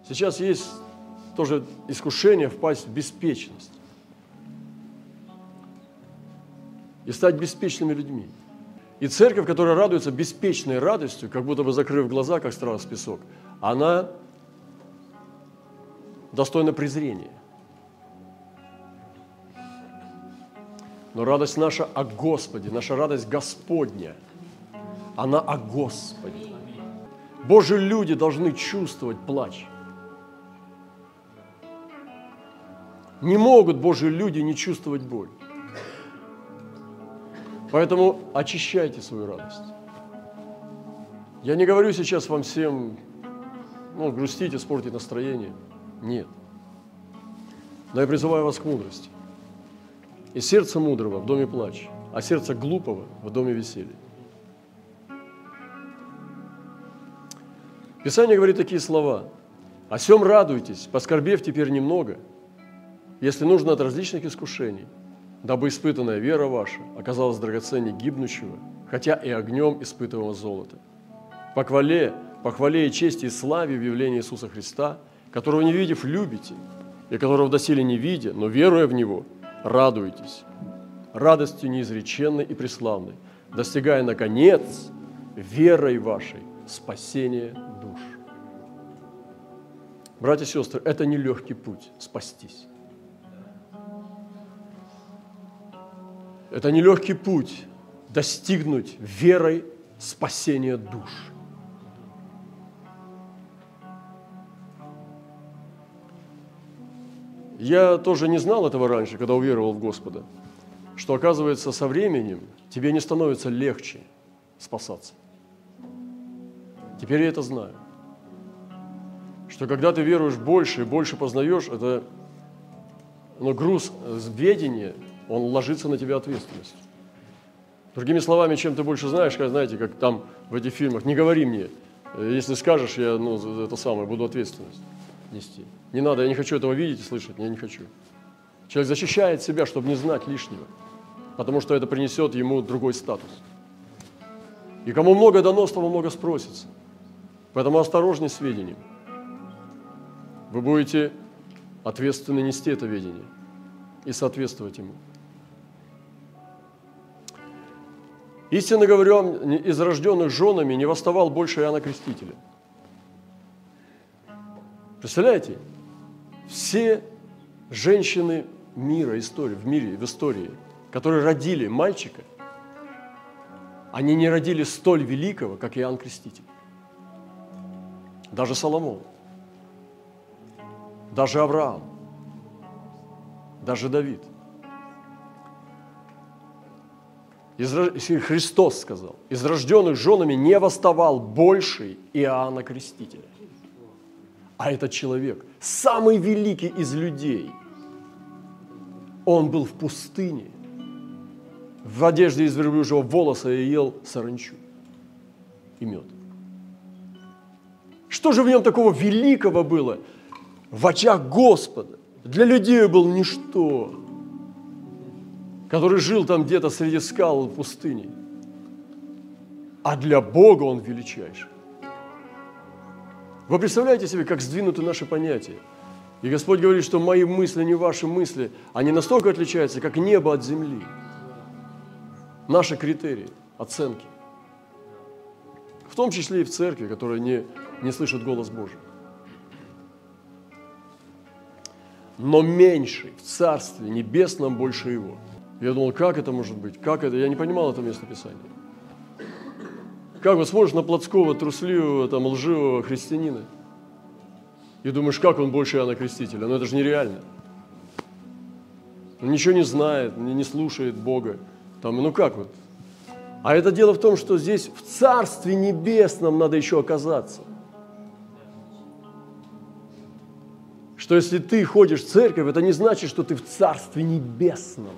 Сейчас есть тоже искушение впасть в беспечность и стать беспечными людьми. И церковь, которая радуется беспечной радостью, как будто бы закрыв глаза, как страус в песок, она достойна презрения. Но радость наша о Господе, наша радость Господня, она о Господе. Божьи люди должны чувствовать плач. Не могут Божьи люди не чувствовать боль. Поэтому очищайте свою радость. Я не говорю сейчас вам всем, грустить, испортить настроение. Нет. Но я призываю вас к мудрости. И сердце мудрого в доме плач, а сердце глупого в доме веселья. Писание говорит такие слова. «О сем радуйтесь, поскорбев теперь немного, если нужно от различных искушений, дабы испытанная вера ваша оказалась драгоценней гибнущего, хотя и огнем испытываемого золота. По хвале и чести и славе в явлении Иисуса Христа, которого не видев любите, и которого доселе не видя, но веруя в Него, радуйтесь, радостью неизреченной и преславной, достигая, наконец, верой вашей спасения душ». Братья и сестры, это не легкий путь спастись. Это не легкий путь достигнуть верой спасения душ. Я тоже не знал этого раньше, когда уверовал в Господа, что, оказывается, со временем тебе не становится легче спасаться. Теперь я это знаю. Что когда ты веруешь больше и больше познаешь, это груз ведения, он ложится на тебя ответственностью. Другими словами, чем ты больше знаешь, знаете, как там в этих фильмах, не говори мне, если скажешь, я буду ответственность нести. Не надо, я не хочу этого видеть и слышать, я не хочу. Человек защищает себя, чтобы не знать лишнего, потому что это принесет ему другой статус. И кому много дано, с того много спросится. Поэтому осторожней с ведением. Вы будете ответственно нести это ведение и соответствовать ему. Истинно говорю, из рожденных женами не восставал больше Иоанна Крестителя. Представляете? Все женщины мира, в истории, которые родили мальчика, они не родили столь великого, как Иоанн Креститель. Даже Соломон, даже Авраам, даже Давид. Христос сказал, из рожденных женами не восставал больший Иоанна Крестителя. А этот человек, самый великий из людей, он был в пустыне, в одежде из верблюжьего волоса и ел саранчу и мед. Что же в нем такого великого было в очах Господа? Для людей был ничто, который жил там где-то среди скал в пустыне. А для Бога он величайший. Вы представляете себе, как сдвинуты наши понятия? И Господь говорит, что мои мысли, не ваши мысли, они настолько отличаются, как небо от земли. Наши критерии, оценки. В том числе и в церкви, которая не слышит голос Божий. Но меньший в Царстве Небесном больше его. Я думал, как это может быть? Как это? Я не понимал это местописание. Как вот смотришь на плотского, трусливого, лживого христианина и думаешь, как он больше Иоанна Крестителя? Но это же нереально. Он ничего не знает, не слушает Бога. Как вот? А это дело в том, что здесь в Царстве Небесном надо еще оказаться. Что если ты ходишь в церковь, это не значит, что ты в Царстве Небесном.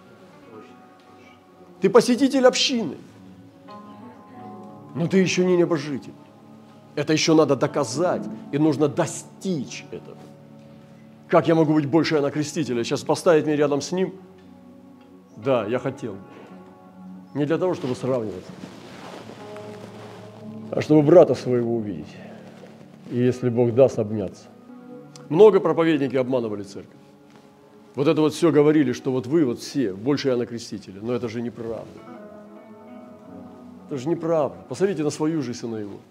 Ты посетитель общины, но ты еще не небожитель. Это еще надо доказать, и нужно достичь этого. Как я могу быть больше Иоанна Крестителя? Сейчас поставить меня рядом с ним? Да, я хотел. Не для того, чтобы сравниваться, а чтобы брата своего увидеть. И если Бог даст, обняться. много проповедников обманывали церковь. Вот это вот все говорили, что вот вы вот все, больше Иоанна Крестителя. Но это же неправда. Это же неправда. Посмотрите на свою жизнь и на его.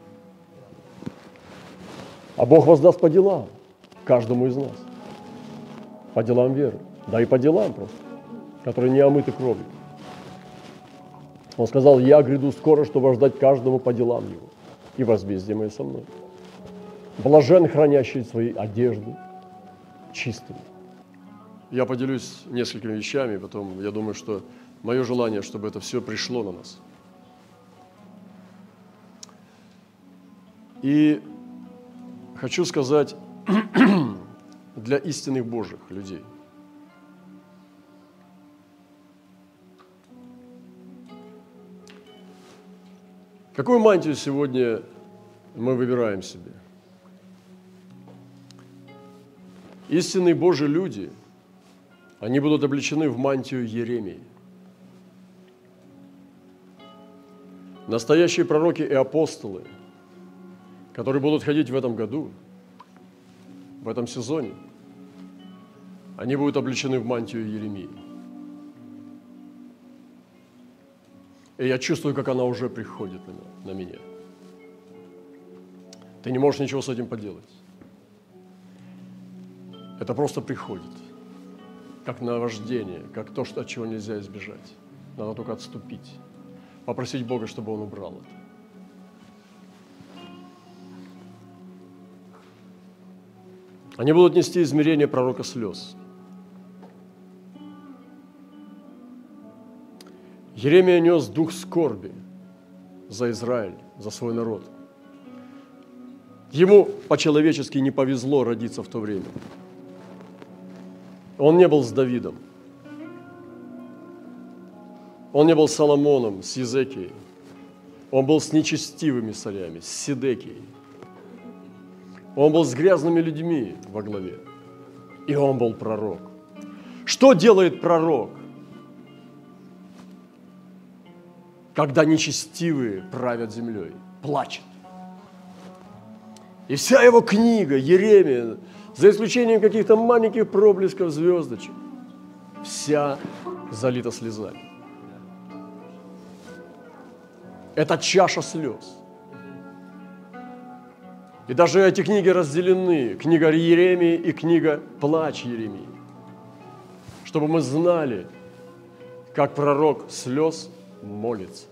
А Бог воздаст по делам каждому из нас. По делам веры. Да и по делам просто, которые не омыты кровью. Он сказал: я гряду скоро, чтобы ждать каждому по делам его. И возмездие мое со мной. Блажен, хранящий свои одежды чистыми. Я поделюсь несколькими вещами, потом я думаю, что мое желание, чтобы это все пришло на нас. И хочу сказать для истинных Божьих людей. Какую мантию сегодня мы выбираем себе? Истинные Божьи люди, они будут облечены в мантию Иеремии. Настоящие пророки и апостолы, которые будут ходить в этом году, в этом сезоне, они будут облечены в мантию Иеремии. И я чувствую, как она уже приходит на меня. Ты не можешь ничего с этим поделать. Это просто приходит, как наваждение, как то, от чего нельзя избежать. Надо только отступить, попросить Бога, чтобы Он убрал это. Они будут нести измерение пророка слез. Иеремия нес дух скорби за Израиль, за свой народ. Ему по-человечески не повезло родиться в то время. Он не был с Давидом. Он не был с Соломоном, с Иезекией. Он был с нечестивыми царями, с Сидекией. Он был с грязными людьми во главе. И он был пророк. Что делает пророк, когда нечестивые правят землей? Плачет. И вся его книга, Иеремия, за исключением каких-то маленьких проблесков звездочек, вся залита слезами. Это чаша слез. И даже эти книги разделены. Книга Иеремии и книга «Плач Иеремии». Чтобы мы знали, как пророк слез молится.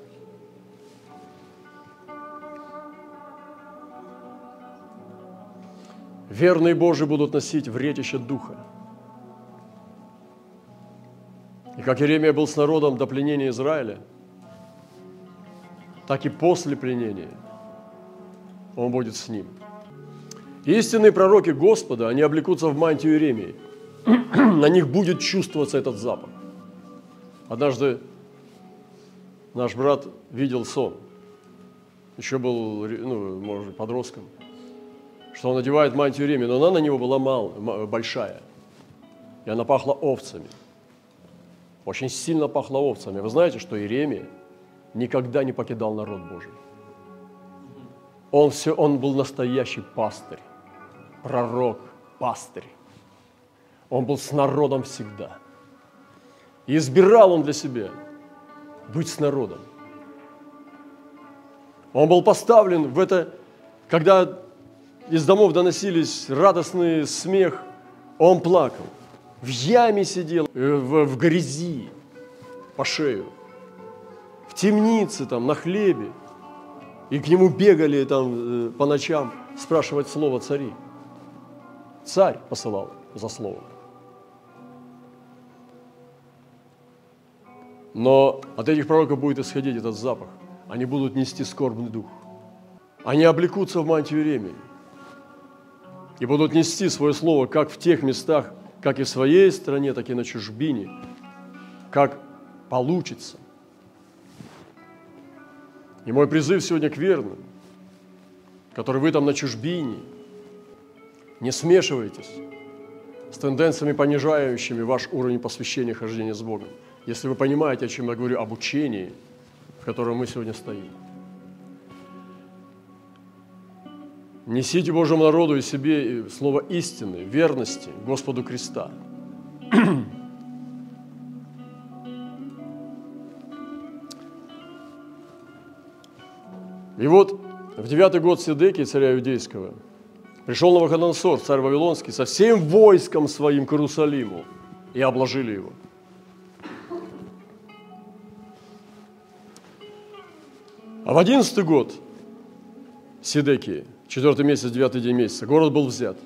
Верные Божии будут носить вретище духа. И как Иеремия был с народом до пленения Израиля, так и после пленения он будет с ним. Истинные пророки Господа, они облекутся в мантию Иеремии. На них будет чувствоваться этот запах. Однажды наш брат видел сон, еще был, может, подростком, что он надевает мантию Иеремии, но она на него была большая, и она пахла овцами. Очень сильно пахла овцами. Вы знаете, что Иеремия никогда не покидал народ Божий. Он был настоящий пастырь, пророк, пастырь. Он был с народом всегда. И избирал он для себя быть с народом. Он был поставлен в это, когда из домов доносились радостный смех, он плакал. В яме сидел, в грязи по шею, в темнице там, на хлебе. И к нему бегали там по ночам спрашивать слово цари. Царь посылал за словом. Но от этих пророков будет исходить этот запах. Они будут нести скорбный дух. Они облекутся в мантию Иеремии и будут нести свое слово как в тех местах, как и в своей стране, так и на чужбине, как получится. И мой призыв сегодня к верным, которые вы там на чужбине, не смешивайтесь с тенденциями, понижающими ваш уровень посвящения хождения с Богом. Если вы понимаете, о чем я говорю, об учении, в котором мы сегодня стоим. Несите Божьему народу и себе слово истины, верности Господу Христа. И вот в 9-й год Седекии, царя Иудейского, пришел Навуходоносор, царь Вавилонский, со всем войском своим к Иерусалиму, и обложили его. А в 11-й год Седекии, 4-й месяц, 9-й день месяца, город был взят.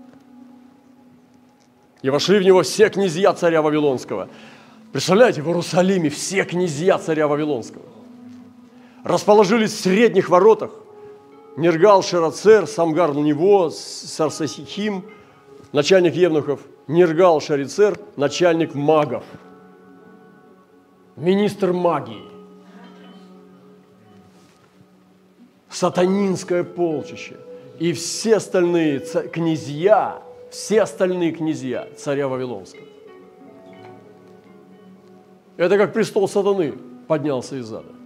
И вошли в него все князья царя Вавилонского. Представляете, в Иерусалиме все князья царя Вавилонского. Расположились в средних воротах. Нергал Шарацер, Самгар Него, Сарсахим, начальник евнухов, Нергал Шарицер, начальник магов, министр магии. Сатанинское полчище и все остальные князья царя Вавилонского. Это как престол сатаны поднялся из ада.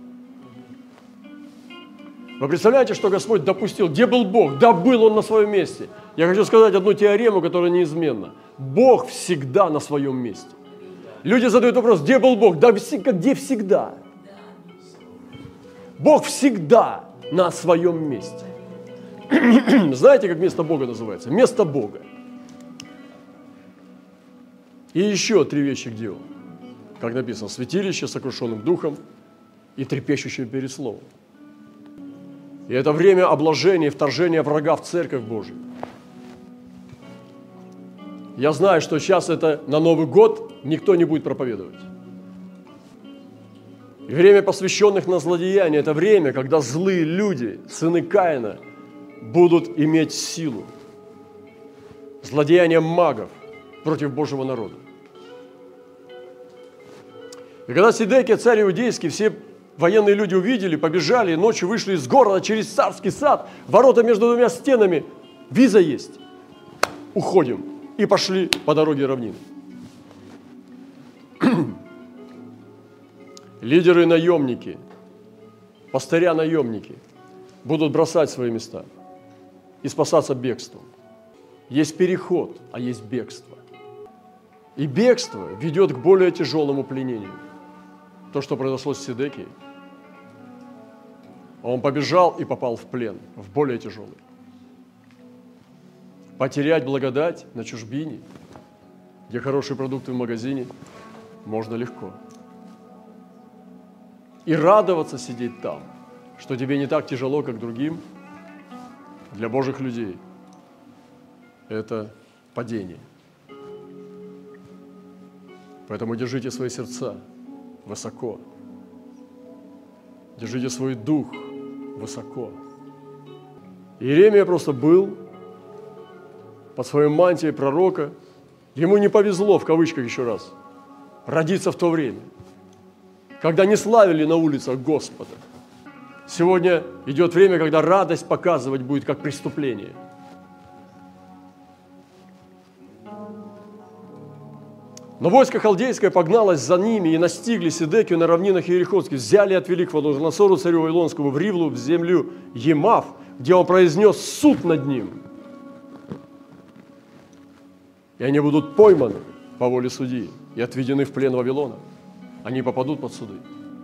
Вы представляете, что Господь допустил? Где был Бог? Да был Он на своем месте. Я хочу сказать одну теорему, которая неизменна. Бог всегда на своем месте. Люди задают вопрос, где был Бог? Да где всегда? Бог всегда на своем месте. Знаете, как место Бога называется? Место Бога. И еще 3 вещи, где Он. Как написано, святилище с сокрушенным духом и трепещущее перед Словом. И это время обложения и вторжения врага в Церковь Божию. Я знаю, что сейчас это на Новый год никто не будет проповедовать. И время посвященных на злодеяние – это время, когда злые люди, сыны Каина, будут иметь силу. Злодеяние магов против Божьего народа. И когда Седекия, царь Иудейский, все военные люди увидели, побежали, ночью вышли из города через царский сад, ворота между 2 стенами, виза есть. Уходим. И пошли по дороге равнины. Лидеры наемники, пастыря-наемники будут бросать свои места и спасаться бегством. Есть переход, а есть бегство. И бегство ведет к более тяжелому пленению. То, что произошло с Седекией. Он побежал и попал в плен, в более тяжелый. Потерять благодать на чужбине, где хорошие продукты в магазине, можно легко. И радоваться сидеть там, что тебе не так тяжело, как другим, для Божьих людей, это падение. Поэтому держите свои сердца высоко. Держите свой дух высоко. Иеремия просто был под своей мантией пророка. Ему не повезло, в кавычках еще раз, родиться в то время, когда не славили на улицах Господа. Сегодня идет время, когда радость показывать будет как преступление. Но войско халдейское погналось за ними и настигли Седекию на равнинах Иерихонских, взяли и отвели к Навуходоносору, царю Вавилонскому, в Ривлу, в землю Емав, где он произнес суд над ним. И они будут пойманы по воле судьи и отведены в плен Вавилона. Они попадут под суды.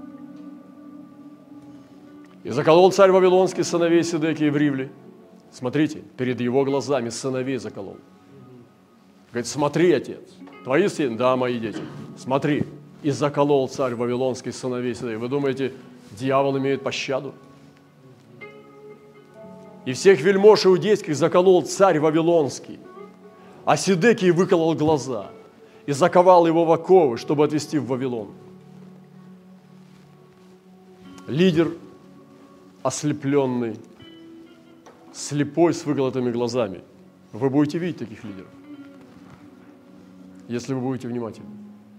И заколол царь Вавилонский сыновей Седекии в Ривле. Смотрите, перед его глазами сыновей заколол. Говорит, смотри, отец, твои сыны, да, мои дети, смотри. И заколол царь Вавилонский сыновей Седекии. Вы думаете, дьявол имеет пощаду? И всех вельмож иудейских заколол царь Вавилонский, а Седекии выколол глаза и заковал его в оковы, чтобы отвезти в Вавилон. Лидер ослепленный, слепой с выколотыми глазами. Вы будете видеть таких лидеров, если вы будете внимательны.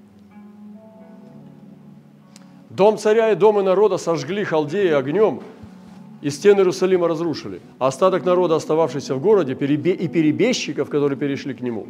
Дом царя и дома народа сожгли халдеи огнем, и стены Иерусалима разрушили. А остаток народа, остававшийся в городе, и перебежчиков, которые перешли к нему,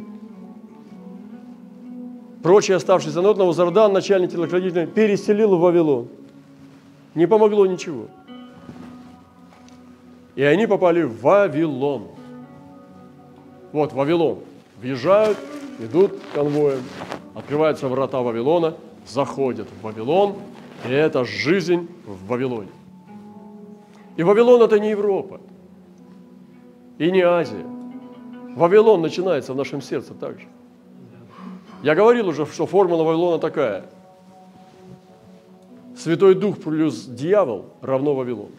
прочий оставшийся народ, Навузардан, начальник телохранителей, переселил в Вавилон. Не помогло ничего. И они попали в Вавилон. Вот Вавилон. Въезжают, идут конвоем, открываются врата Вавилона, заходят в Вавилон, и это жизнь в Вавилоне. И Вавилон – это не Европа, и не Азия. Вавилон начинается в нашем сердце также. Я говорил уже, что формула Вавилона такая. Святой Дух плюс дьявол равно Вавилон.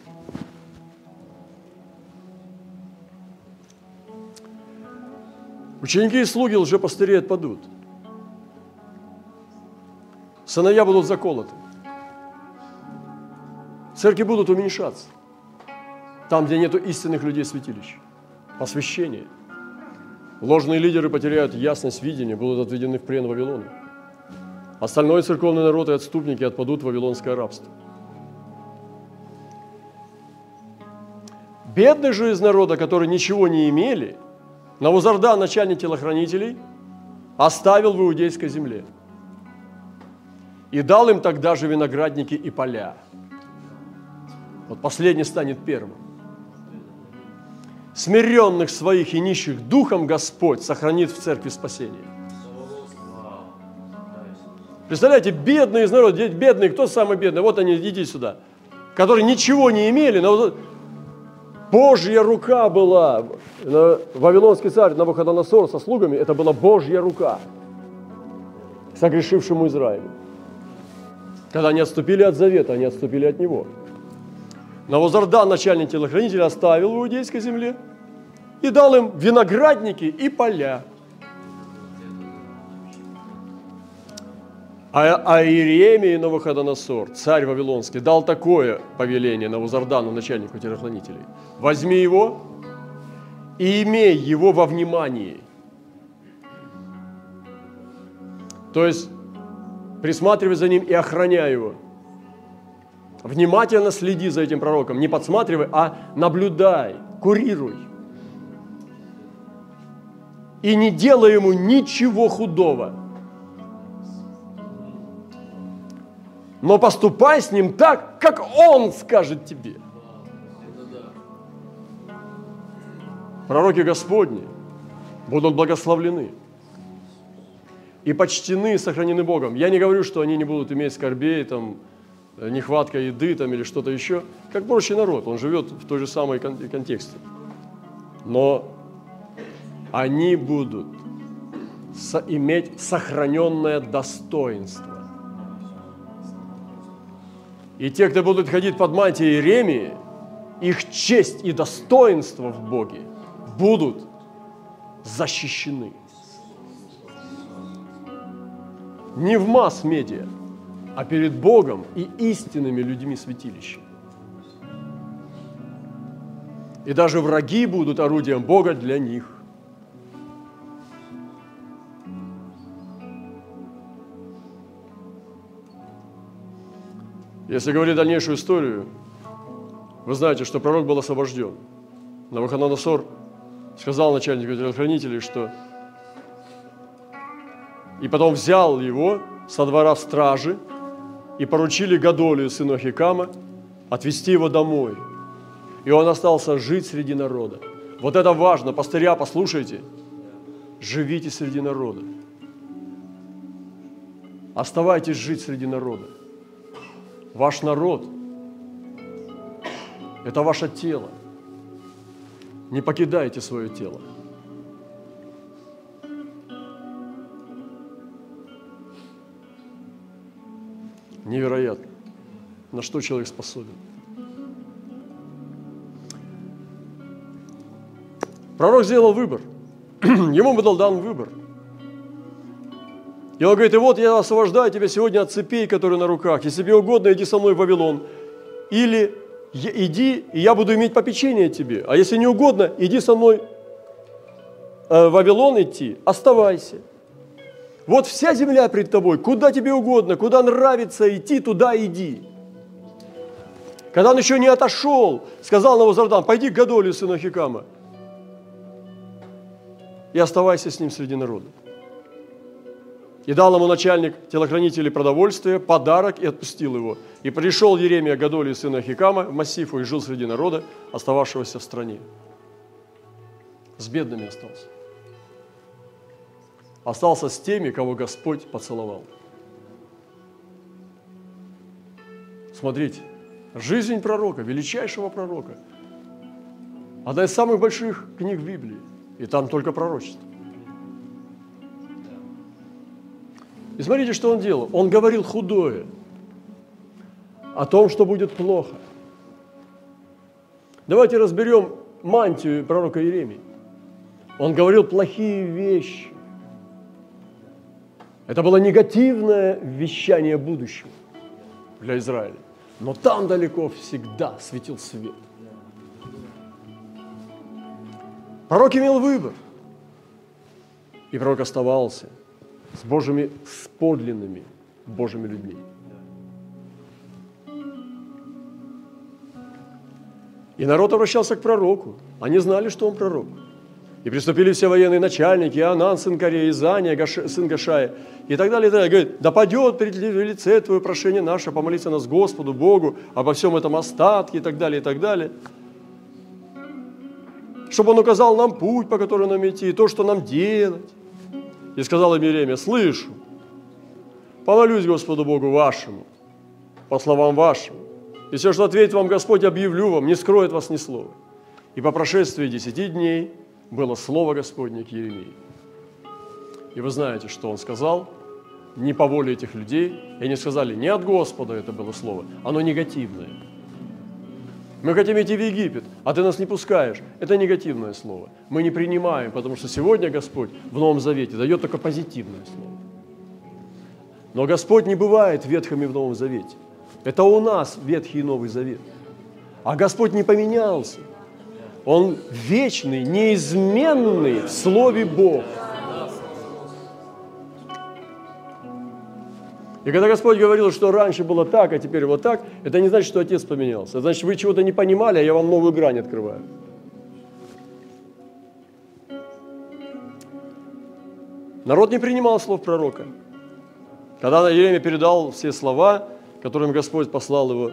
Ученики и слуги лжепастырей отпадут. Сыновья будут заколоты. Церкви будут уменьшаться. Там, где нет истинных людей святилищ. Посвящение. Ложные лидеры потеряют ясность видения, будут отведены в плен Вавилона. Остальной церковный народ и отступники отпадут в вавилонское рабство. Бедных же из народа, которые ничего не имели, Навузардан, начальник телохранителей, оставил в иудейской земле и дал им тогда же виноградники и поля. Вот последний станет первым. Смиренных своих и нищих духом Господь сохранит в церкви спасения. Представляете, бедные из народа, бедные, кто самый бедный? Вот они, идите сюда. Которые ничего не имели, но Божья рука была. Вавилонский царь Навуходоносор со слугами, это была Божья рука согрешившему Израилю. Когда они отступили от завета, они отступили от него. Навузардан, начальник телохранителя, оставил в иудейской земле и дал им виноградники и поля. А Иеремия Навуходоносор, царь Вавилонский, дал такое повеление Навузардану, начальнику телохранителей. Возьми его и имей его во внимании. То есть присматривай за ним и охраняй его. Внимательно следи за этим пророком. Не подсматривай, а наблюдай, курируй. И не делай ему ничего худого. Но поступай с ним так, как он скажет тебе. Пророки Господни будут благословлены и почтены, сохранены Богом. Я не говорю, что они не будут иметь скорбей, там, нехватка еды там, или что-то еще. Как прочий народ, он живет в той же самой контексте. Но они будут иметь сохраненное достоинство. И те, кто будут ходить под мантией Иеремии, их честь и достоинство в Боге будут защищены. Не в масс-медиа, а перед Богом и истинными людьми святилища. И даже враги будут орудием Бога для них. Если говорить дальнейшую историю, вы знаете, что пророк был освобожден. Навуходоносор сказал начальнику телохранителей, что и потом взял его со двора в стражи и поручили Годолию, сыну Ахикама, отвезти его домой. И он остался жить среди народа. Вот это важно. Пастыря, послушайте. Живите среди народа. Оставайтесь жить среди народа. Ваш народ – это ваше тело. Не покидайте свое тело. Невероятно, на что человек способен. Пророк сделал выбор. Ему был дан выбор. И он говорит, и вот я освобождаю тебя сегодня от цепей, которые на руках. Если тебе угодно, иди со мной в Вавилон. Или иди, и я буду иметь попечение о тебе. А если не угодно, иди со мной в Вавилон идти, оставайся. Вот вся земля пред тобой, куда тебе угодно, куда нравится идти, туда иди. Когда он еще не отошел, сказал Навузардан, пойди к Годолию, сыну Ахикама, и оставайся с ним среди народа. И дал ему начальник телохранителей продовольствия подарок и отпустил его. И пришел Иеремия к Гадолию, сына Ахикама, в Массифу, и жил среди народа, остававшегося в стране. С бедными остался. Остался с теми, кого Господь поцеловал. Смотрите, жизнь пророка, величайшего пророка. Одна из самых больших книг в Библии. И там только пророчество. И смотрите, что он делал. Он говорил худое о том, что будет плохо. Давайте разберем мантию пророка Иеремии. Он говорил плохие вещи. Это было негативное вещание будущего для Израиля. Но там далеко всегда светил свет. Пророк имел выбор. И пророк оставался с Божьими, с подлинными Божьими людьми. И народ обращался к пророку. Они знали, что он пророк. И приступили все военные начальники, Иоанан, сын Корея, Изания, сын Гашая, и так далее, и так далее. Говорит, да падет перед лице Твое прошение наше, помолиться нас Господу, Богу, обо всем этом остатке, и так далее, и так далее. Чтобы Он указал нам путь, по которому нам идти, и то, что нам делать. И сказал им Иеремия, слышу, помолюсь Господу Богу вашему, по словам вашим, и все, что ответит вам Господь, объявлю вам, не скроет вас ни слова. И по прошествии 10 дней было слово Господне к Иеремии. И вы знаете, что он сказал, не по воле этих людей, и они сказали, не от Господа это было слово, оно негативное. Мы хотим идти в Египет, а ты нас не пускаешь. Это негативное слово. Мы не принимаем, потому что сегодня Господь в Новом Завете дает только позитивное слово. Но Господь не бывает ветхим и в Новом Завете. Это у нас Ветхий и Новый Завет. А Господь не поменялся. Он вечный, неизменный в Слове Бог. И когда Господь говорил, что раньше было так, а теперь вот так, это не значит, что Отец поменялся. Это значит, вы чего-то не понимали, а я вам новую грань открываю. Народ не принимал слов пророка. Когда Иеремия передал все слова, которыми Господь послал его,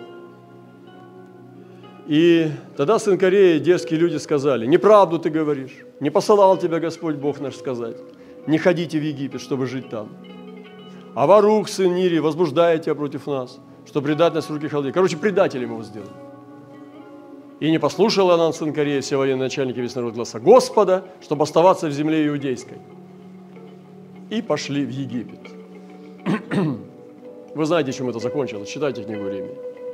и тогда сын Кореи, дерзкие люди сказали, неправду ты говоришь, не посылал тебя Господь Бог наш сказать, не ходите в Египет, чтобы жить там. А Варух, сын Нири, возбуждает тебя против нас, чтобы предать нас в руки халдеев. Короче, предателем его сделали. И не послушал Иоанан, сын Кореи, все военные начальники, весь народ гласа Господа, чтобы оставаться в земле иудейской. И пошли в Египет. Вы знаете, чем это закончилось. Читайте книгу Иеремии.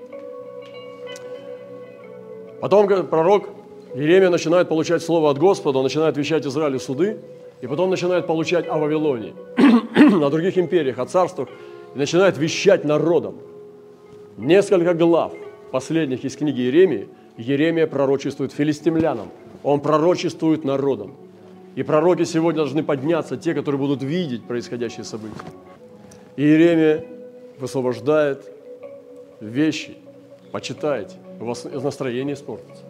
Потом пророк Иеремия начинает получать слово от Господа, он начинает вещать Израилю суды, и потом начинает получать о Вавилоне, о других империях, о царствах, и начинает вещать народам. Несколько глав последних из книги Иеремии Иеремия пророчествует филистимлянам, он пророчествует народам. И пророки сегодня должны подняться, те, которые будут видеть происходящие события. И Иеремия высвобождает вещи, почитайте, у вас настроение испортится.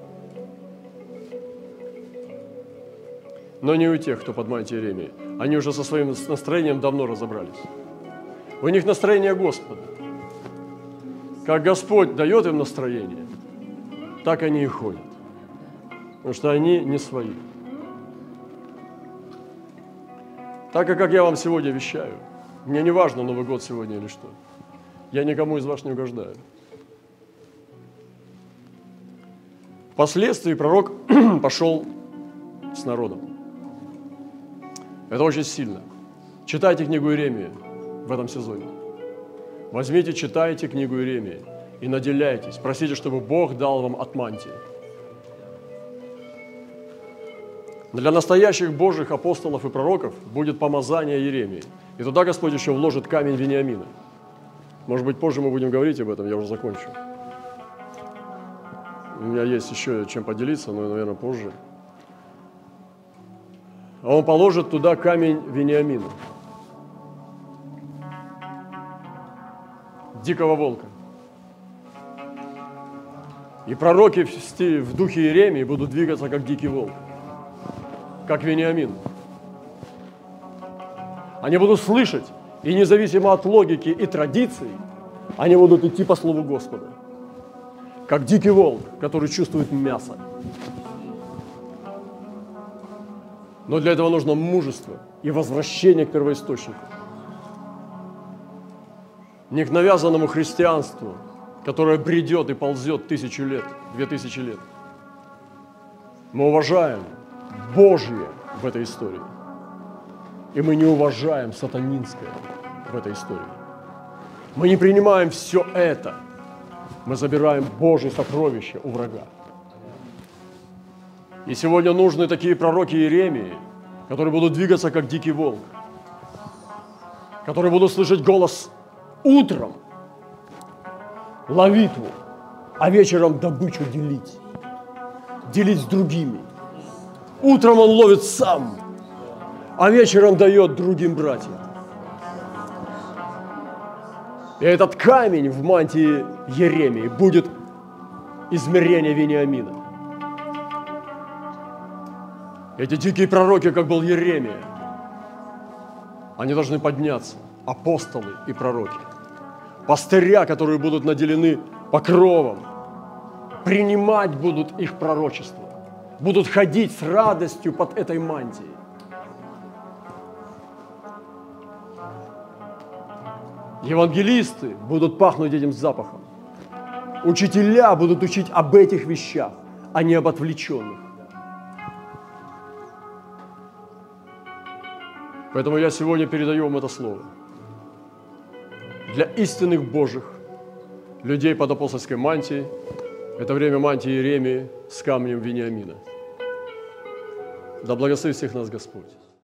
Но не у тех, кто под мантией Иеремии. Они уже со своим настроением давно разобрались. У них настроение Господа. Как Господь дает им настроение, так они и ходят. Потому что они не свои. Так как я вам сегодня вещаю, мне не важно, Новый год сегодня или что. Я никому из вас не угождаю. Впоследствии пророк пошел с народом. Это очень сильно. Читайте книгу Иеремии в этом сезоне. Возьмите, читайте книгу Иеремии и наделяйтесь. Просите, чтобы Бог дал вам от мантии. Для настоящих Божьих апостолов и пророков будет помазание Иеремии. И туда Господь еще вложит камень Вениамина. Может быть, позже мы будем говорить об этом, я уже закончу. У меня есть еще чем поделиться, но, наверное, позже. А он положит туда камень Вениамина. Дикого волка. И пророки в духе Иеремии будут двигаться, как дикий волк. Как Вениамин. Они будут слышать, и независимо от логики и традиций, они будут идти по Слову Господа. Как дикий волк, который чувствует мясо. Но для этого нужно мужество и возвращение к первоисточнику. Не к навязанному христианству, которое бредет и ползет 1000 лет, 2000 лет. Мы уважаем Божье в этой истории. И мы не уважаем сатанинское в этой истории. Мы не принимаем все это. Мы забираем Божье сокровище у врага. И сегодня нужны такие пророки Иеремии, которые будут двигаться, как дикий волк, которые будут слышать голос утром, ловитву, а вечером добычу делить с другими. Утром он ловит сам, а вечером дает другим братьям. И этот камень в мантии Иеремии будет измерение Вениамина. Эти дикие пророки, как был Иеремия, они должны подняться, апостолы и пророки. Пастыря, которые будут наделены покровом, принимать будут их пророчество, будут ходить с радостью под этой мантией. Евангелисты будут пахнуть этим запахом. Учителя будут учить об этих вещах, а не об отвлеченных. Поэтому я сегодня передаю вам это слово. Для истинных Божьих, людей под апостольской мантией, это время мантии Иеремии с камнем Вениамина. Да благословит всех нас Господь.